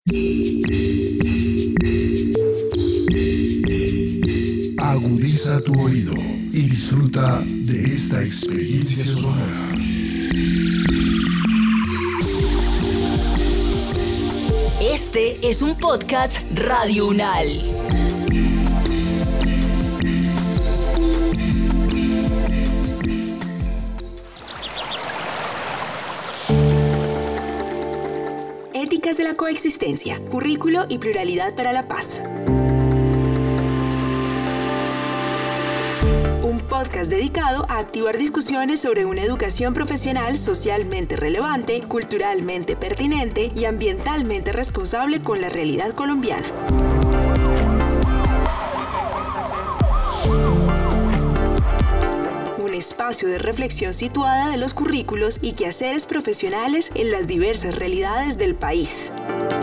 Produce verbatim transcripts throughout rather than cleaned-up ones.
Agudiza tu oído y disfruta de esta experiencia sonora. Este es un podcast Radio Unal. Éticas de la coexistencia, currículo y pluralidad para la paz. Un podcast dedicado a activar discusiones sobre una educación profesional socialmente relevante, culturalmente pertinente y ambientalmente responsable con la realidad colombiana. Un espacio de reflexión situada de los currículos y quehaceres profesionales en las diversas realidades del país.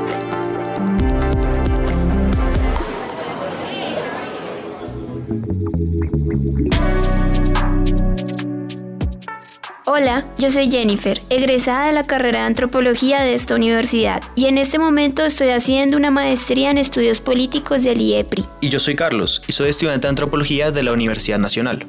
Hola, yo soy Jennifer, egresada de la carrera de Antropología de esta universidad y en este momento estoy haciendo una maestría en Estudios Políticos del I E P R I. Y yo soy Carlos y soy estudiante de Antropología de la Universidad Nacional.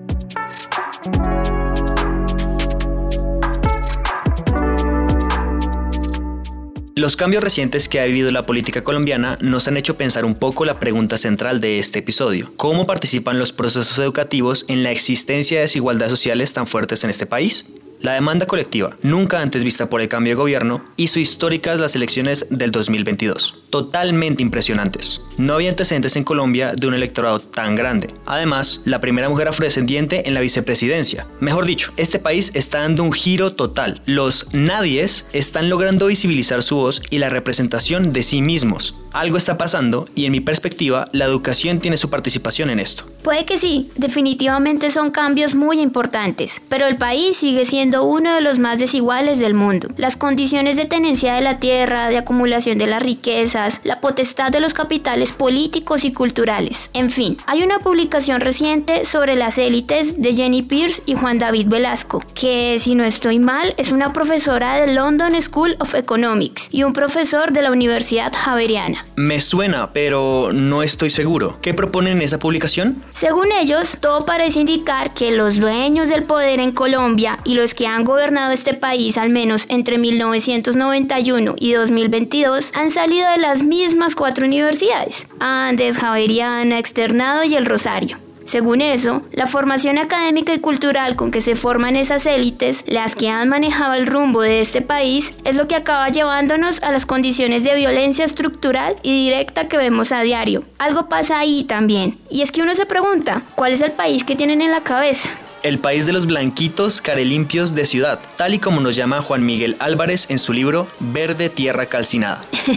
Los cambios recientes que ha vivido la política colombiana nos han hecho pensar un poco la pregunta central de este episodio: ¿cómo participan los procesos educativos en la existencia de desigualdades sociales tan fuertes en este país? La demanda colectiva, nunca antes vista por el cambio de gobierno, hizo históricas las elecciones del dos mil veintidós. Totalmente impresionantes. No había antecedentes en Colombia de un electorado tan grande. Además, la primera mujer afrodescendiente en la vicepresidencia. Mejor dicho, este país está dando un giro total. Los nadies están logrando visibilizar su voz y la representación de sí mismos. Algo está pasando y, en mi perspectiva, la educación tiene su participación en esto. Puede que sí, definitivamente son cambios muy importantes, pero el país sigue siendo uno de los más desiguales del mundo. Las condiciones de tenencia de la tierra, de acumulación de las riquezas, la potestad de los capitales políticos y culturales. En fin, hay una publicación reciente sobre las élites de Jenny Pierce y Juan David Velasco, que, si no estoy mal, es una profesora de London School of Economics y un profesor de la Universidad Javeriana. Me suena, pero no estoy seguro. ¿Qué proponen en esa publicación? Según ellos, todo parece indicar que los dueños del poder en Colombia y los que han gobernado este país al menos entre mil novecientos noventa y uno y dos mil veintidós han salido de las mismas cuatro universidades: Andes, Javeriana, Externado y El Rosario. Según eso, la formación académica y cultural con que se forman esas élites, las que han manejado el rumbo de este país, es lo que acaba llevándonos a las condiciones de violencia estructural y directa que vemos a diario. Algo pasa ahí también, y es que uno se pregunta, ¿cuál es el país que tienen en la cabeza? El país de los blanquitos carelimpios de ciudad, tal y como nos llama Juan Miguel Álvarez en su libro Verde Tierra Calcinada. ¿Quién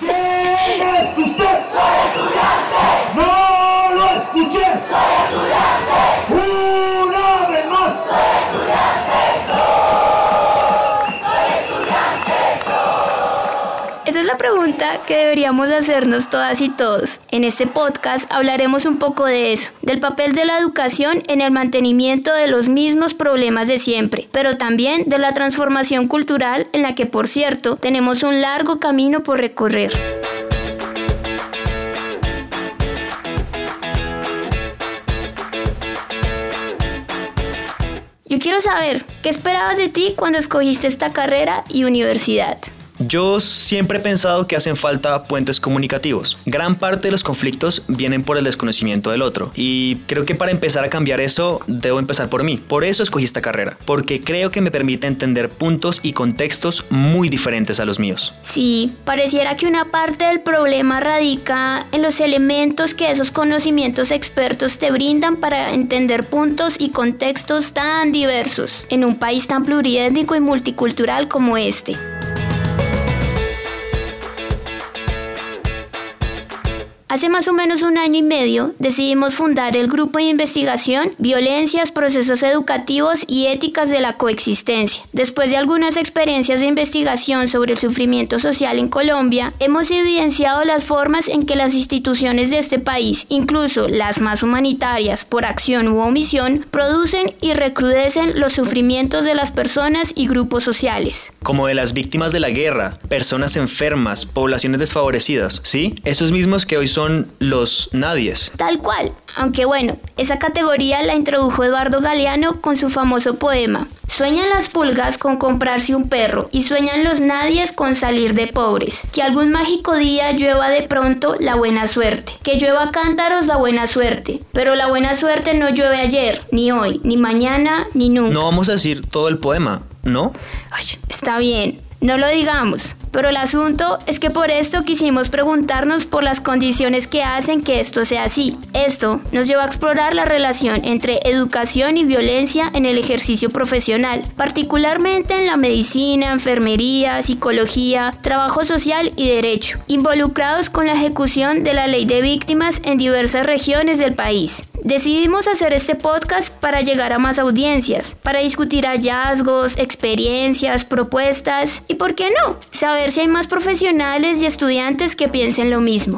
es usted? ¡Soy estudiante! ¡No lo escuché! ¡Soy estudiante! ¡Una vez más! ¡Soy estudiante! ¡Soy! ¡Soy estudiante! ¡Soy! Esa es la pregunta que deberíamos hacernos todas y todos. En este podcast hablaremos un poco de eso, del papel de la educación en el mantenimiento de los mismos problemas de siempre, pero también de la transformación cultural en la que, por cierto, tenemos un largo camino por recorrer. Yo quiero saber, ¿qué esperabas de ti cuando escogiste esta carrera y universidad? Yo siempre he pensado que hacen falta puentes comunicativos. Gran parte de los conflictos vienen por el desconocimiento del otro. Y creo que para empezar a cambiar eso, debo empezar por mí. Por eso escogí esta carrera. Porque creo que me permite entender puntos y contextos muy diferentes a los míos. Sí, pareciera que una parte del problema radica en los elementos que esos conocimientos expertos te brindan para entender puntos y contextos tan diversos en un país tan pluriétnico y multicultural como este. Hace más o menos un año y medio decidimos fundar el grupo de investigación Violencias, Procesos Educativos y Éticas de la Coexistencia. Después de algunas experiencias de investigación sobre el sufrimiento social en Colombia, hemos evidenciado las formas en que las instituciones de este país, incluso las más humanitarias por acción u omisión, producen y recrudecen los sufrimientos de las personas y grupos sociales. Como de las víctimas de la guerra, personas enfermas, poblaciones desfavorecidas, ¿sí? Esos mismos que hoy son los nadies. Tal cual, aunque bueno, esa categoría la introdujo Eduardo Galeano con su famoso poema. Sueñan las pulgas con comprarse un perro y sueñan los nadies con salir de pobres. Que algún mágico día llueva de pronto la buena suerte. Que llueva cántaros la buena suerte. Pero la buena suerte no llueve ayer, ni hoy, ni mañana, ni nunca. No vamos a decir todo el poema, ¿no? Ay, está bien, no lo digamos. Pero el asunto es que por esto quisimos preguntarnos por las condiciones que hacen que esto sea así. Esto nos lleva a explorar la relación entre educación y violencia en el ejercicio profesional, particularmente en la medicina, enfermería, psicología, trabajo social y derecho, involucrados con la ejecución de la ley de víctimas en diversas regiones del país. Decidimos hacer este podcast para llegar a más audiencias, para discutir hallazgos, experiencias, propuestas y, ¿por qué no?, saber si hay más profesionales y estudiantes que piensen lo mismo.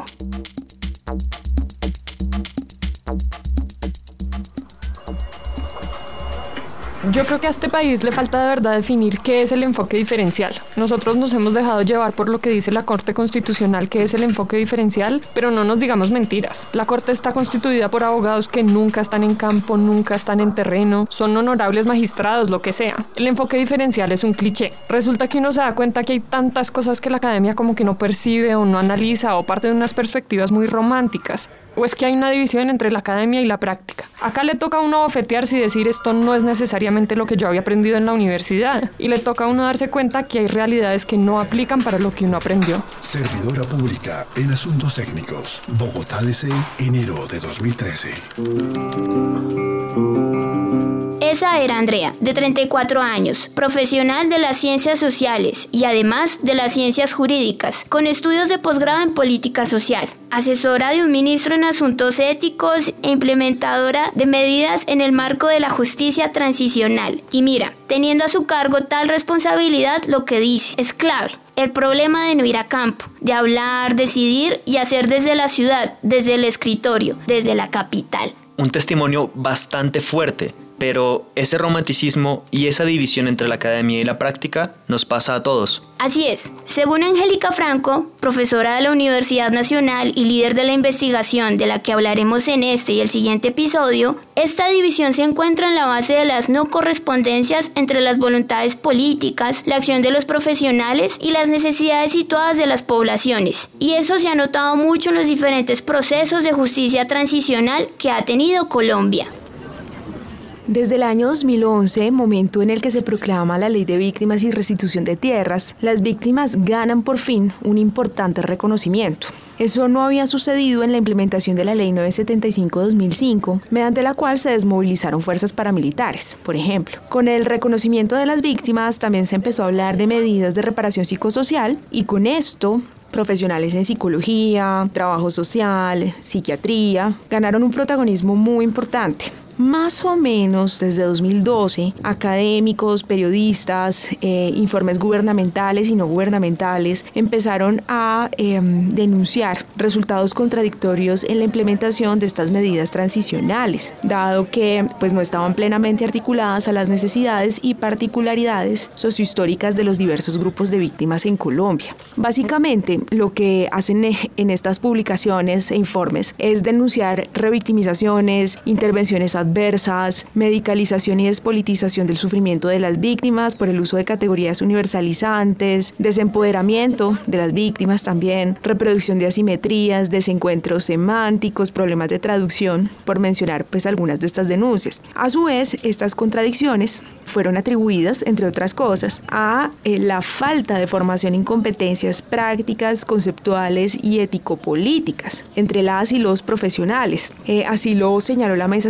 Yo creo que a este país le falta de verdad definir qué es el enfoque diferencial. Nosotros nos hemos dejado llevar por lo que dice la Corte Constitucional que es el enfoque diferencial, pero no nos digamos mentiras. La Corte está constituida por abogados que nunca están en campo, nunca están en terreno, son honorables magistrados, lo que sea. El enfoque diferencial es un cliché. Resulta que uno se da cuenta que hay tantas cosas que la academia como que no percibe o no analiza o parte de unas perspectivas muy románticas. ¿O es que hay una división entre la academia y la práctica? Acá le toca a uno bofetearse y decir esto no es necesariamente lo que yo había aprendido en la universidad. Y le toca a uno darse cuenta que hay realidades que no aplican para lo que uno aprendió. Servidora Pública en Asuntos Técnicos. Bogotá D C, enero de dos mil trece. Esa era Andrea, de treinta y cuatro años, profesional de las ciencias sociales y además de las ciencias jurídicas, con estudios de posgrado en política social, asesora de un ministro en asuntos éticos e implementadora de medidas en el marco de la justicia transicional. Y mira, teniendo a su cargo tal responsabilidad, lo que dice es clave. El problema de no ir a campo, de hablar, decidir y hacer desde la ciudad, desde el escritorio, desde la capital. Un testimonio bastante fuerte. Pero ese romanticismo y esa división entre la academia y la práctica nos pasa a todos. Así es. Según Angélica Franco, profesora de la Universidad Nacional y líder de la investigación de la que hablaremos en este y el siguiente episodio, esta división se encuentra en la base de las no correspondencias entre las voluntades políticas, la acción de los profesionales y las necesidades situadas de las poblaciones. Y eso se ha notado mucho en los diferentes procesos de justicia transicional que ha tenido Colombia. Desde el año dos mil once, momento en el que se proclama la Ley de Víctimas y Restitución de Tierras, las víctimas ganan por fin un importante reconocimiento. Eso no había sucedido en la implementación de la Ley novecientos setenta y cinco de dos mil cinco, mediante la cual se desmovilizaron fuerzas paramilitares, por ejemplo. Con el reconocimiento de las víctimas también se empezó a hablar de medidas de reparación psicosocial y con esto profesionales en psicología, trabajo social, psiquiatría, ganaron un protagonismo muy importante. Más o menos desde dos mil doce, académicos, periodistas, eh, informes gubernamentales y no gubernamentales empezaron a eh, denunciar resultados contradictorios en la implementación de estas medidas transicionales, dado que pues, no estaban plenamente articuladas a las necesidades y particularidades sociohistóricas de los diversos grupos de víctimas en Colombia. Básicamente, lo que hacen en estas publicaciones e informes es denunciar revictimizaciones, intervenciones adversas, adversas, medicalización y despolitización del sufrimiento de las víctimas por el uso de categorías universalizantes, desempoderamiento de las víctimas también, reproducción de asimetrías, desencuentros semánticos, problemas de traducción, por mencionar pues algunas de estas denuncias. A su vez, estas contradicciones fueron atribuidas, entre otras cosas, a eh, la falta de formación en competencias prácticas, conceptuales y ético-políticas entre las y los profesionales. Eh, así lo señaló la Mesa Psicosocial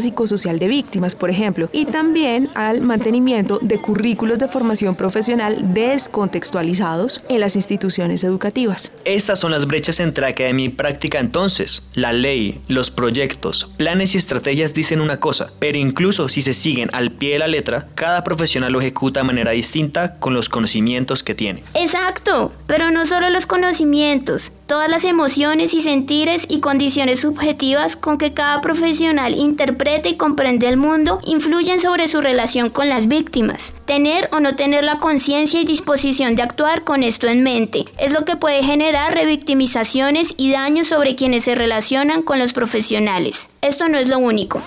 social de víctimas, por ejemplo, y también al mantenimiento de currículos de formación profesional descontextualizados en las instituciones educativas. Esas son las brechas entre academia y práctica entonces. La ley, los proyectos, planes y estrategias dicen una cosa, pero incluso si se siguen al pie de la letra, cada profesional lo ejecuta de manera distinta con los conocimientos que tiene. Exacto, pero no solo los conocimientos, todas las emociones y sentires y condiciones subjetivas con que cada profesional interpreta y comprende el mundo influyen sobre su relación con las víctimas. Tener o no tener la conciencia y disposición de actuar con esto en mente es lo que puede generar revictimizaciones y daños sobre quienes se relacionan con los profesionales. Esto no es lo único.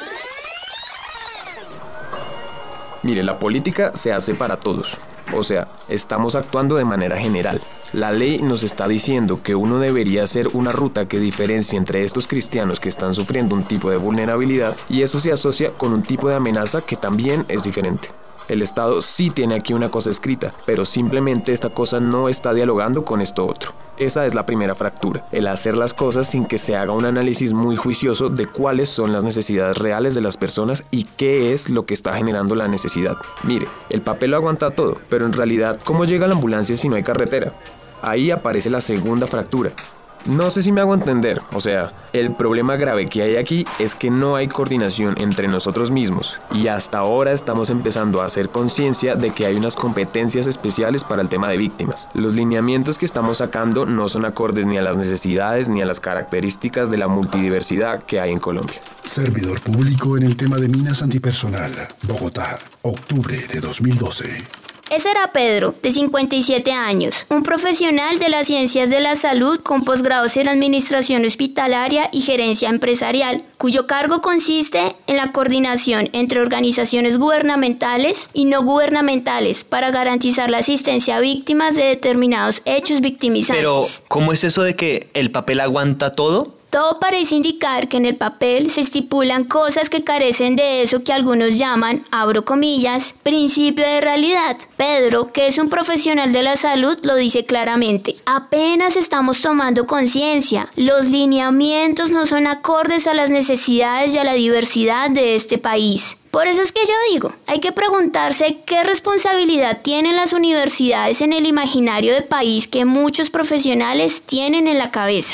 Mire, la política se hace para todos. O sea, estamos actuando de manera general. La ley nos está diciendo que uno debería hacer una ruta que diferencie entre estos cristianos que están sufriendo un tipo de vulnerabilidad y eso se asocia con un tipo de amenaza que también es diferente. El Estado sí tiene aquí una cosa escrita, pero simplemente esta cosa no está dialogando con esto otro. Esa es la primera fractura, el hacer las cosas sin que se haga un análisis muy juicioso de cuáles son las necesidades reales de las personas y qué es lo que está generando la necesidad. Mire, el papel lo aguanta todo, pero en realidad, ¿cómo llega la ambulancia si no hay carretera? Ahí aparece la segunda fractura. No sé si me hago entender, o sea, el problema grave que hay aquí es que no hay coordinación entre nosotros mismos y hasta ahora estamos empezando a hacer conciencia de que hay unas competencias especiales para el tema de víctimas. Los lineamientos que estamos sacando no son acordes ni a las necesidades ni a las características de la multidiversidad que hay en Colombia. Servidor público en el tema de minas antipersonal, Bogotá, octubre de dos mil doce. Ese era Pedro, de cincuenta y siete años, un profesional de las ciencias de la salud con posgrados en administración hospitalaria y gerencia empresarial, cuyo cargo consiste en la coordinación entre organizaciones gubernamentales y no gubernamentales para garantizar la asistencia a víctimas de determinados hechos victimizantes. Pero, ¿cómo es eso de que el papel aguanta todo? Todo parece indicar que en el papel se estipulan cosas que carecen de eso que algunos llaman, abro comillas, principio de realidad. Pedro, que es un profesional de la salud, lo dice claramente. Apenas estamos tomando conciencia. Los lineamientos no son acordes a las necesidades y a la diversidad de este país. Por eso es que yo digo, hay que preguntarse qué responsabilidad tienen las universidades en el imaginario de país que muchos profesionales tienen en la cabeza.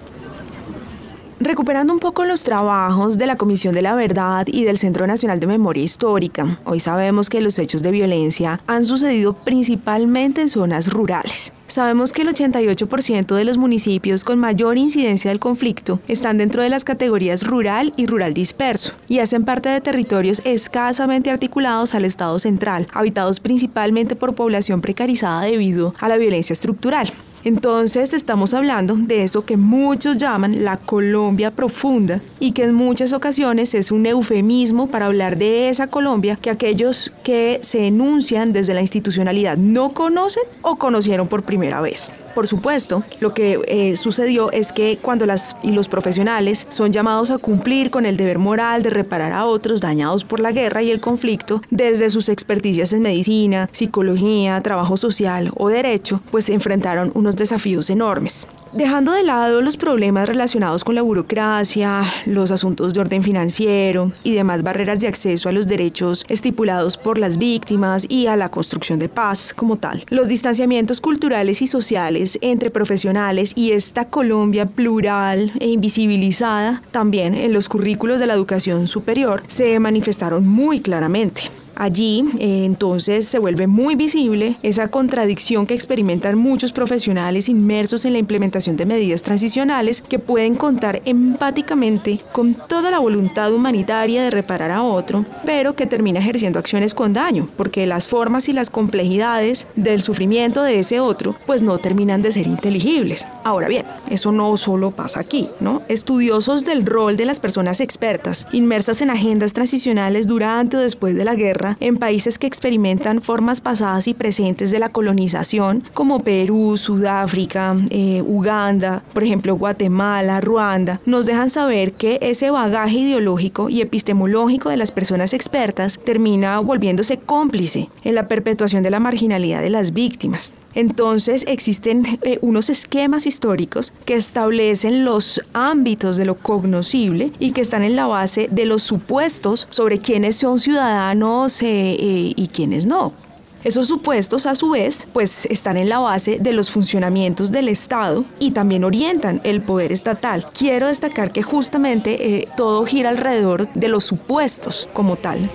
Recuperando un poco los trabajos de la Comisión de la Verdad y del Centro Nacional de Memoria Histórica, hoy sabemos que los hechos de violencia han sucedido principalmente en zonas rurales. Sabemos que el ochenta y ocho por ciento de los municipios con mayor incidencia del conflicto están dentro de las categorías rural y rural disperso y hacen parte de territorios escasamente articulados al Estado central, habitados principalmente por población precarizada debido a la violencia estructural. Entonces estamos hablando de eso que muchos llaman la Colombia profunda y que en muchas ocasiones es un eufemismo para hablar de esa Colombia que aquellos que se enuncian desde la institucionalidad no conocen o conocieron por primera vez. Por supuesto, lo que eh, sucedió es que cuando las y los profesionales son llamados a cumplir con el deber moral de reparar a otros dañados por la guerra y el conflicto, desde sus experticias en medicina, psicología, trabajo social o derecho, pues se enfrentaron unos desafíos enormes. Dejando de lado los problemas relacionados con la burocracia, los asuntos de orden financiero y demás barreras de acceso a los derechos estipulados por las víctimas y a la construcción de paz como tal, los distanciamientos culturales y sociales entre profesionales y esta Colombia plural e invisibilizada también en los currículos de la educación superior se manifestaron muy claramente. Allí, eh, entonces, se vuelve muy visible esa contradicción que experimentan muchos profesionales inmersos en la implementación de medidas transicionales que pueden contar empáticamente con toda la voluntad humanitaria de reparar a otro, pero que termina ejerciendo acciones con daño, porque las formas y las complejidades del sufrimiento de ese otro, pues no terminan de ser inteligibles. Ahora bien, eso no solo pasa aquí, ¿no? Estudiosos del rol de las personas expertas, inmersas en agendas transicionales durante o después de la guerra, en países que experimentan formas pasadas y presentes de la colonización, como Perú, Sudáfrica, eh, Uganda, por ejemplo Guatemala, Ruanda, nos dejan saber que ese bagaje ideológico y epistemológico de las personas expertas termina volviéndose cómplice en la perpetuación de la marginalidad de las víctimas. Entonces existen eh, unos esquemas históricos que establecen los ámbitos de lo cognoscible y que están en la base de los supuestos sobre quiénes son ciudadanos eh, eh, y quiénes no. Esos supuestos, a su vez, pues están en la base de los funcionamientos del Estado y también orientan el poder estatal. Quiero destacar que justamente eh, todo gira alrededor de los supuestos como tal.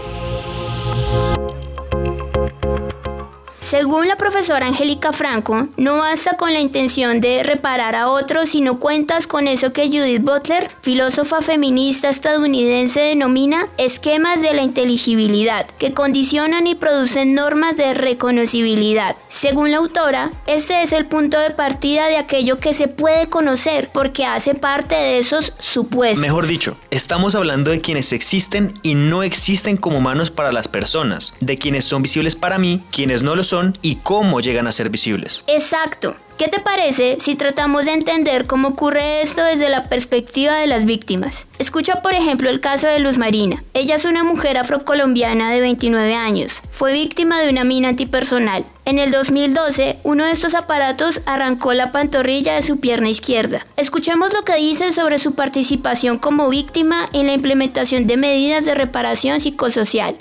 Según la profesora Angélica Franco, no basta con la intención de reparar a otros si no cuentas con eso que Judith Butler, filósofa feminista estadounidense, denomina esquemas de la inteligibilidad, que condicionan y producen normas de reconocibilidad. Según la autora, este es el punto de partida de aquello que se puede conocer, porque hace parte de esos supuestos. Mejor dicho, estamos hablando de quienes existen y no existen como humanos para las personas, de quienes son visibles para mí, quienes no lo son, y cómo llegan a ser visibles. Exacto. ¿Qué te parece si tratamos de entender cómo ocurre esto desde la perspectiva de las víctimas? Escucha por ejemplo el caso de Luz Marina. Ella es una mujer afrocolombiana de veintinueve años. Fue víctima de una mina antipersonal. En el dos mil doce, uno de estos aparatos arrancó la pantorrilla de su pierna izquierda. Escuchemos lo que dice sobre su participación como víctima en la implementación de medidas de reparación psicosocial.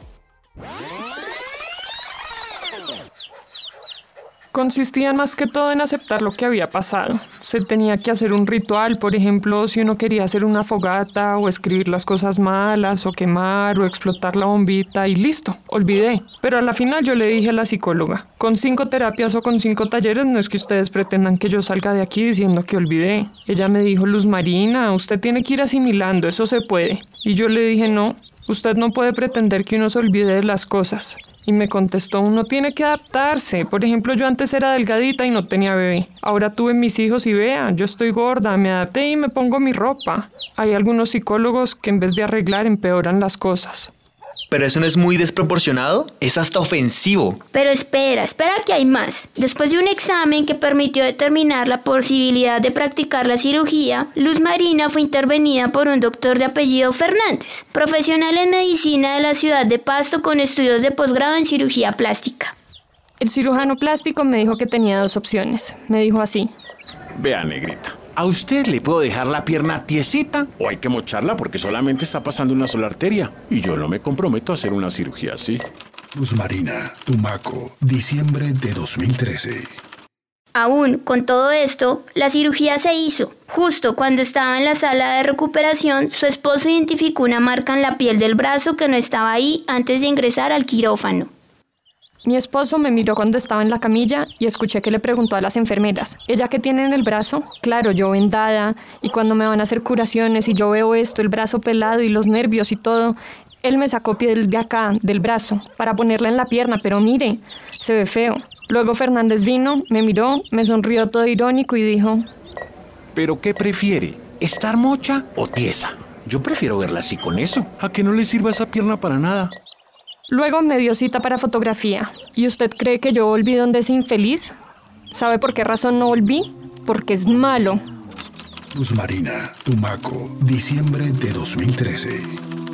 Consistían más que todo en aceptar lo que había pasado. Se tenía que hacer un ritual, por ejemplo, si uno quería hacer una fogata o escribir las cosas malas o quemar o explotar la bombita y listo, olvidé. Pero a la final yo le dije a la psicóloga, con cinco terapias o con cinco talleres no es que ustedes pretendan que yo salga de aquí diciendo que olvidé. Ella me dijo, Luz Marina, usted tiene que ir asimilando, eso se puede. Y yo le dije, no, usted no puede pretender que uno se olvide de las cosas. Y me contestó, uno tiene que adaptarse. Por ejemplo, yo antes era delgadita y no tenía bebé. Ahora tuve mis hijos y vea, yo estoy gorda, me adapté y me pongo mi ropa. Hay algunos psicólogos que en vez de arreglar empeoran las cosas. ¿Pero eso no es muy desproporcionado? Es hasta ofensivo. Pero espera, espera que hay más. Después de un examen que permitió determinar la posibilidad de practicar la cirugía, Luz Marina fue intervenida por un doctor de apellido Fernández, profesional en medicina de la ciudad de Pasto con estudios de posgrado en cirugía plástica. El cirujano plástico me dijo que tenía dos opciones. Me dijo así. Vea, negrita. ¿A usted le puedo dejar la pierna tiesita o hay que mocharla porque solamente está pasando una sola arteria? Y yo no me comprometo a hacer una cirugía así. Luz Marina, Tumaco, diciembre de dos mil trece. Aún con todo esto, la cirugía se hizo. Justo cuando estaba en la sala de recuperación, su esposo identificó una marca en la piel del brazo que no estaba ahí antes de ingresar al quirófano. Mi esposo me miró cuando estaba en la camilla y escuché que le preguntó a las enfermeras, ¿ella qué tiene en el brazo? Claro, yo vendada, y cuando me van a hacer curaciones y yo veo esto, el brazo pelado y los nervios y todo, él me sacó piel de acá, del brazo, para ponerla en la pierna, pero mire, se ve feo. Luego Fernández vino, me miró, me sonrió todo irónico y dijo, ¿pero qué prefiere? ¿Estar mocha o tiesa? Yo prefiero verla así con eso, a que no le sirva esa pierna para nada. Luego me dio cita para fotografía. ¿Y usted cree que yo volví donde ese infeliz? ¿Sabe por qué razón no volví? Porque es malo. Luz Marina, Tumaco, diciembre de dos mil trece.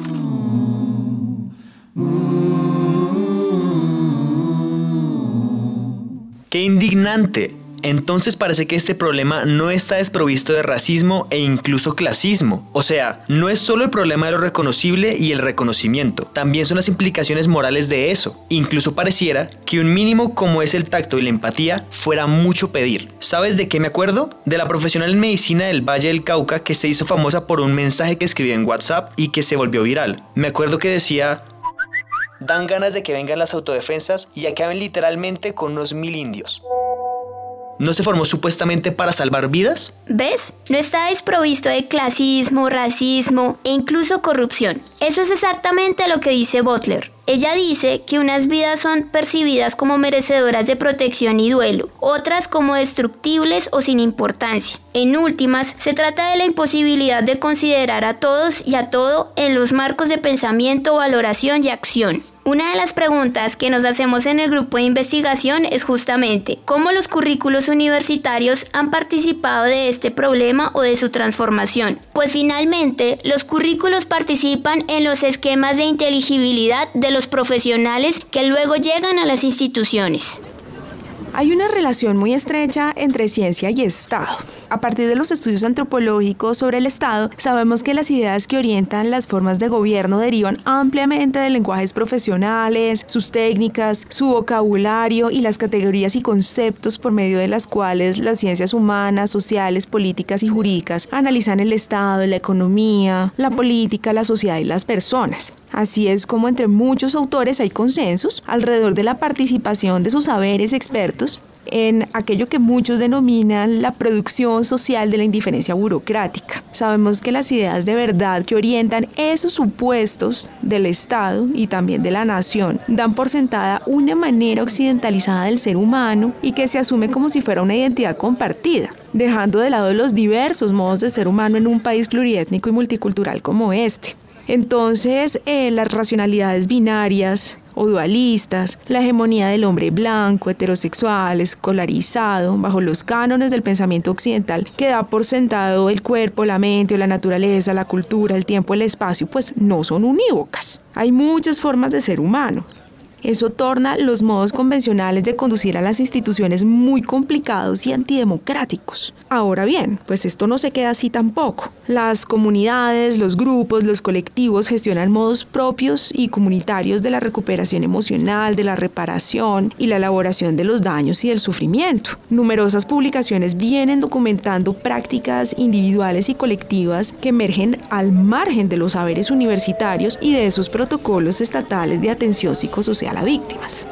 ¡Qué indignante! Entonces parece que este problema no está desprovisto de racismo e incluso clasismo. O sea, no es solo el problema de lo reconocible y el reconocimiento, también son las implicaciones morales de eso. Incluso pareciera que un mínimo como es el tacto y la empatía fuera mucho pedir. ¿Sabes de qué me acuerdo? De la profesional en medicina del Valle del Cauca que se hizo famosa por un mensaje que escribió en WhatsApp y que se volvió viral. Me acuerdo que decía... Dan ganas de que vengan las autodefensas y acaben literalmente con unos mil indios. ¿No se formó supuestamente para salvar vidas? ¿Ves? No está desprovisto de clasismo, racismo e incluso corrupción. Eso es exactamente lo que dice Butler. Ella dice que unas vidas son percibidas como merecedoras de protección y duelo, otras como destructibles o sin importancia. En últimas, se trata de la imposibilidad de considerar a todos y a todo en los marcos de pensamiento, valoración y acción. Una de las preguntas que nos hacemos en el grupo de investigación es justamente cómo los currículos universitarios han participado de este problema o de su transformación. Pues finalmente, los currículos participan en los esquemas de inteligibilidad de los profesionales que luego llegan a las instituciones. Hay una relación muy estrecha entre ciencia y Estado. A partir de los estudios antropológicos sobre el Estado, sabemos que las ideas que orientan las formas de gobierno derivan ampliamente de lenguajes profesionales, sus técnicas, su vocabulario y las categorías y conceptos por medio de las cuales las ciencias humanas, sociales, políticas y jurídicas analizan el Estado, la economía, la política, la sociedad y las personas. Así es como entre muchos autores hay consensos alrededor de la participación de sus saberes expertos en aquello que muchos denominan la producción social de la indiferencia burocrática. Sabemos que las ideas de verdad que orientan esos supuestos del Estado y también de la nación dan por sentada una manera occidentalizada del ser humano y que se asume como si fuera una identidad compartida, dejando de lado los diversos modos de ser humano en un país pluriétnico y multicultural como este. Entonces, eh, las racionalidades binarias o dualistas, la hegemonía del hombre blanco, heterosexual, escolarizado, bajo los cánones del pensamiento occidental, que da por sentado el cuerpo, la mente, la naturaleza, la cultura, el tiempo, el espacio, pues no son unívocas. Hay muchas formas de ser humano. Eso torna los modos convencionales de conducir a las instituciones muy complicados y antidemocráticos. Ahora bien, pues esto no se queda así tampoco. Las comunidades, los grupos, los colectivos gestionan modos propios y comunitarios de la recuperación emocional, de la reparación y la elaboración de los daños y del sufrimiento. Numerosas publicaciones vienen documentando prácticas individuales y colectivas que emergen al margen de los saberes universitarios y de esos protocolos estatales de atención psicosocial a víctimas.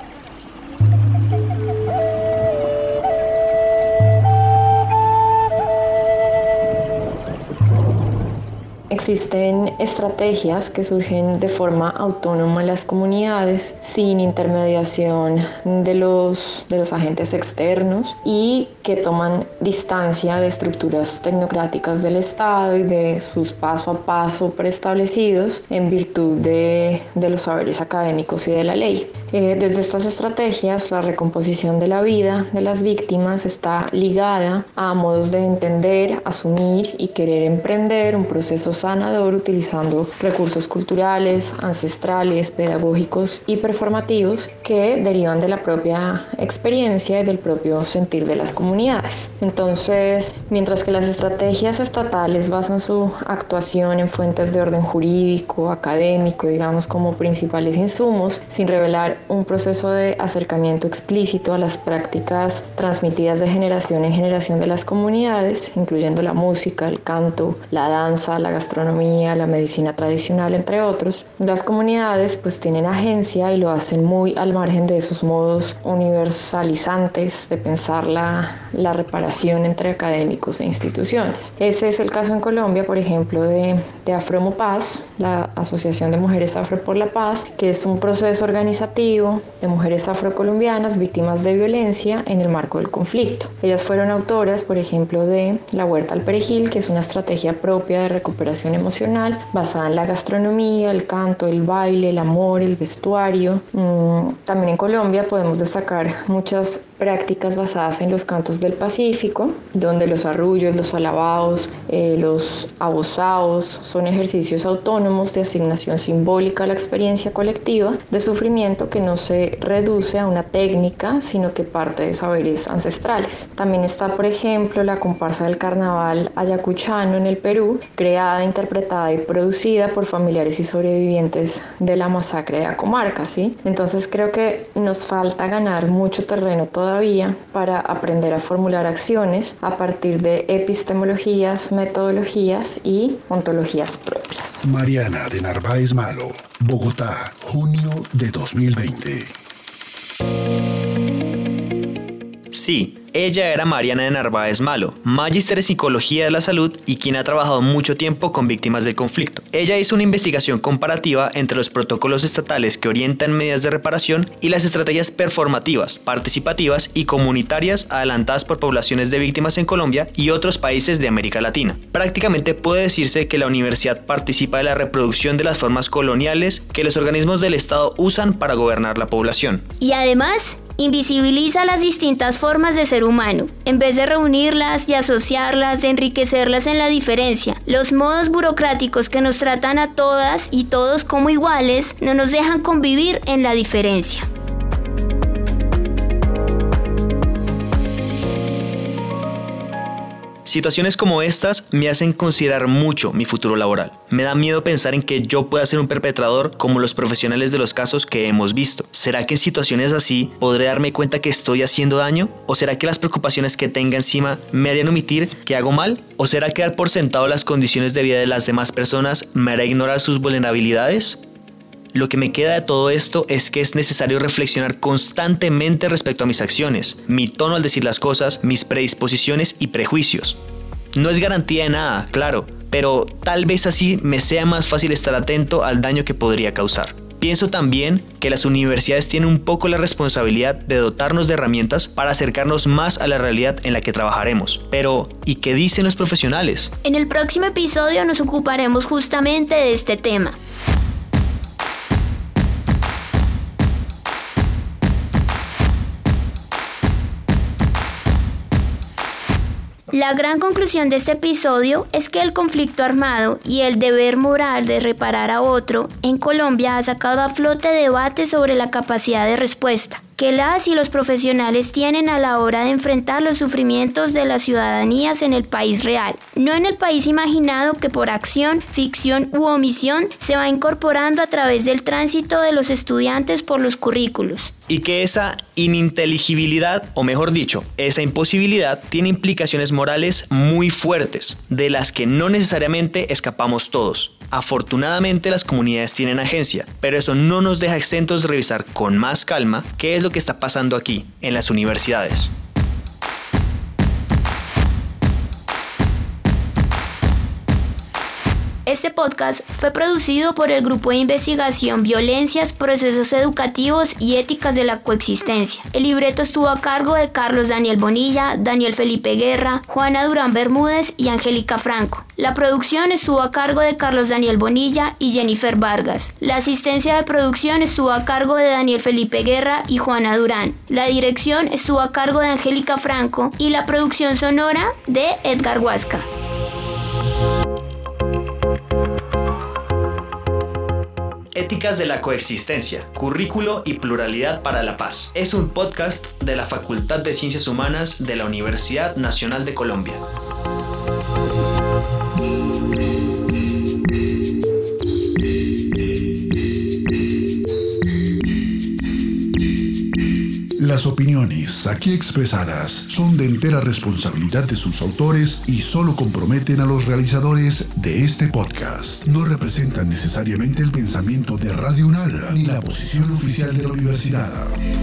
Existen estrategias que surgen de forma autónoma en las comunidades, sin intermediación de los, de los agentes externos y que toman distancia de estructuras tecnocráticas del Estado y de sus paso a paso preestablecidos en virtud de, de los saberes académicos y de la ley. Eh, desde estas estrategias, la recomposición de la vida de las víctimas está ligada a modos de entender, asumir y querer emprender un proceso sanador utilizando recursos culturales, ancestrales, pedagógicos y performativos que derivan de la propia experiencia y del propio sentir de las comunidades. Entonces, mientras que las estrategias estatales basan su actuación en fuentes de orden jurídico, académico, digamos, como principales insumos, sin revelar un proceso de acercamiento explícito a las prácticas transmitidas de generación en generación de las comunidades, incluyendo la música, el canto, la danza, la gastronomía, la medicina tradicional, entre otros, las comunidades pues tienen agencia y lo hacen muy al margen de esos modos universalizantes de pensar la, la reparación entre académicos e instituciones. Ese es el caso en Colombia, por ejemplo, de, de Afromopaz, la Asociación de Mujeres Afro por la Paz, que es un proceso organizativo de mujeres afrocolombianas víctimas de violencia en el marco del conflicto. Ellas fueron autoras, por ejemplo, de La Huerta al Perejil, que es una estrategia propia de recuperación emocional basada en la gastronomía, el canto, el baile, el amor, el vestuario. También en Colombia podemos destacar muchas prácticas basadas en los cantos del Pacífico, donde los arrullos, los alabaos, eh, los abosaos son ejercicios autónomos de asignación simbólica a la experiencia colectiva de sufrimiento que no se reduce a una técnica, sino que parte de saberes ancestrales. También está, por ejemplo, la comparsa del carnaval ayacuchano en el Perú, creada, interpretada y producida por familiares y sobrevivientes de la masacre de Acomarca, ¿sí? Entonces creo que nos falta ganar mucho terreno todavía para aprender a formular acciones a partir de epistemologías, metodologías y ontologías propias. Mariana de Narváez Malo, Bogotá, junio de dos mil veinte. Sí, ella era Mariana de Narváez Malo, magíster en Psicología de la Salud y quien ha trabajado mucho tiempo con víctimas del conflicto. Ella hizo una investigación comparativa entre los protocolos estatales que orientan medidas de reparación y las estrategias performativas, participativas y comunitarias adelantadas por poblaciones de víctimas en Colombia y otros países de América Latina. Prácticamente puede decirse que la universidad participa de la reproducción de las formas coloniales que los organismos del Estado usan para gobernar la población. Y además, invisibiliza las distintas formas de ser humano, en vez de reunirlas, de asociarlas, de enriquecerlas en la diferencia. Los modos burocráticos que nos tratan a todas y todos como iguales no nos dejan convivir en la diferencia. Situaciones como estas me hacen considerar mucho mi futuro laboral. Me da miedo pensar en que yo pueda ser un perpetrador como los profesionales de los casos que hemos visto. ¿Será que en situaciones así podré darme cuenta que estoy haciendo daño? ¿O será que las preocupaciones que tenga encima me harían omitir que hago mal? ¿O será que dar por sentado las condiciones de vida de las demás personas me hará ignorar sus vulnerabilidades? Lo que me queda de todo esto es que es necesario reflexionar constantemente respecto a mis acciones, mi tono al decir las cosas, mis predisposiciones y prejuicios. No es garantía de nada, claro, pero tal vez así me sea más fácil estar atento al daño que podría causar. Pienso también que las universidades tienen un poco la responsabilidad de dotarnos de herramientas para acercarnos más a la realidad en la que trabajaremos. Pero, ¿y qué dicen los profesionales? En el próximo episodio nos ocuparemos justamente de este tema. La gran conclusión de este episodio es que el conflicto armado y el deber moral de reparar a otro en Colombia ha sacado a flote debates sobre la capacidad de respuesta que las y los profesionales tienen a la hora de enfrentar los sufrimientos de las ciudadanías en el país real, no en el país imaginado que por acción, ficción u omisión se va incorporando a través del tránsito de los estudiantes por los currículos. Y que esa ininteligibilidad, o mejor dicho, esa imposibilidad tiene implicaciones morales muy fuertes, de las que no necesariamente escapamos todos. Afortunadamente las comunidades tienen agencia, pero eso no nos deja exentos de revisar con más calma qué es lo que está pasando aquí, en las universidades. Este podcast fue producido por el Grupo de Investigación Violencias, Procesos Educativos y Éticas de la Coexistencia. El libreto estuvo a cargo de Carlos Daniel Bonilla, Daniel Felipe Guerra, Juana Durán Bermúdez y Angélica Franco. La producción estuvo a cargo de Carlos Daniel Bonilla y Jennifer Vargas. La asistencia de producción estuvo a cargo de Daniel Felipe Guerra y Juana Durán. La dirección estuvo a cargo de Angélica Franco y la producción sonora de Edgar Huasca. Éticas de la Coexistencia, Currículo y Pluralidad para la Paz. Es un podcast de la Facultad de Ciencias Humanas de la Universidad Nacional de Colombia. Las opiniones aquí expresadas son de entera responsabilidad de sus autores y solo comprometen a los realizadores de este podcast. No representan necesariamente el pensamiento de Radio UNAL ni la posición oficial de la universidad.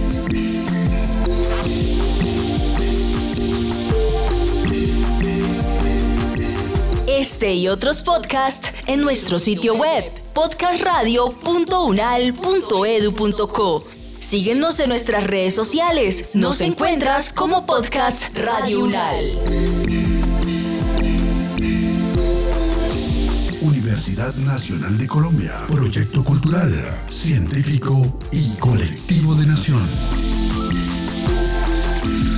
Este y otros podcasts en nuestro sitio web podcast radio punto unal punto edu punto co. Síguenos en nuestras redes sociales. Nos encuentras como Podcast Radio UNAL. Universidad Nacional de Colombia. Proyecto cultural, científico y colectivo de nación.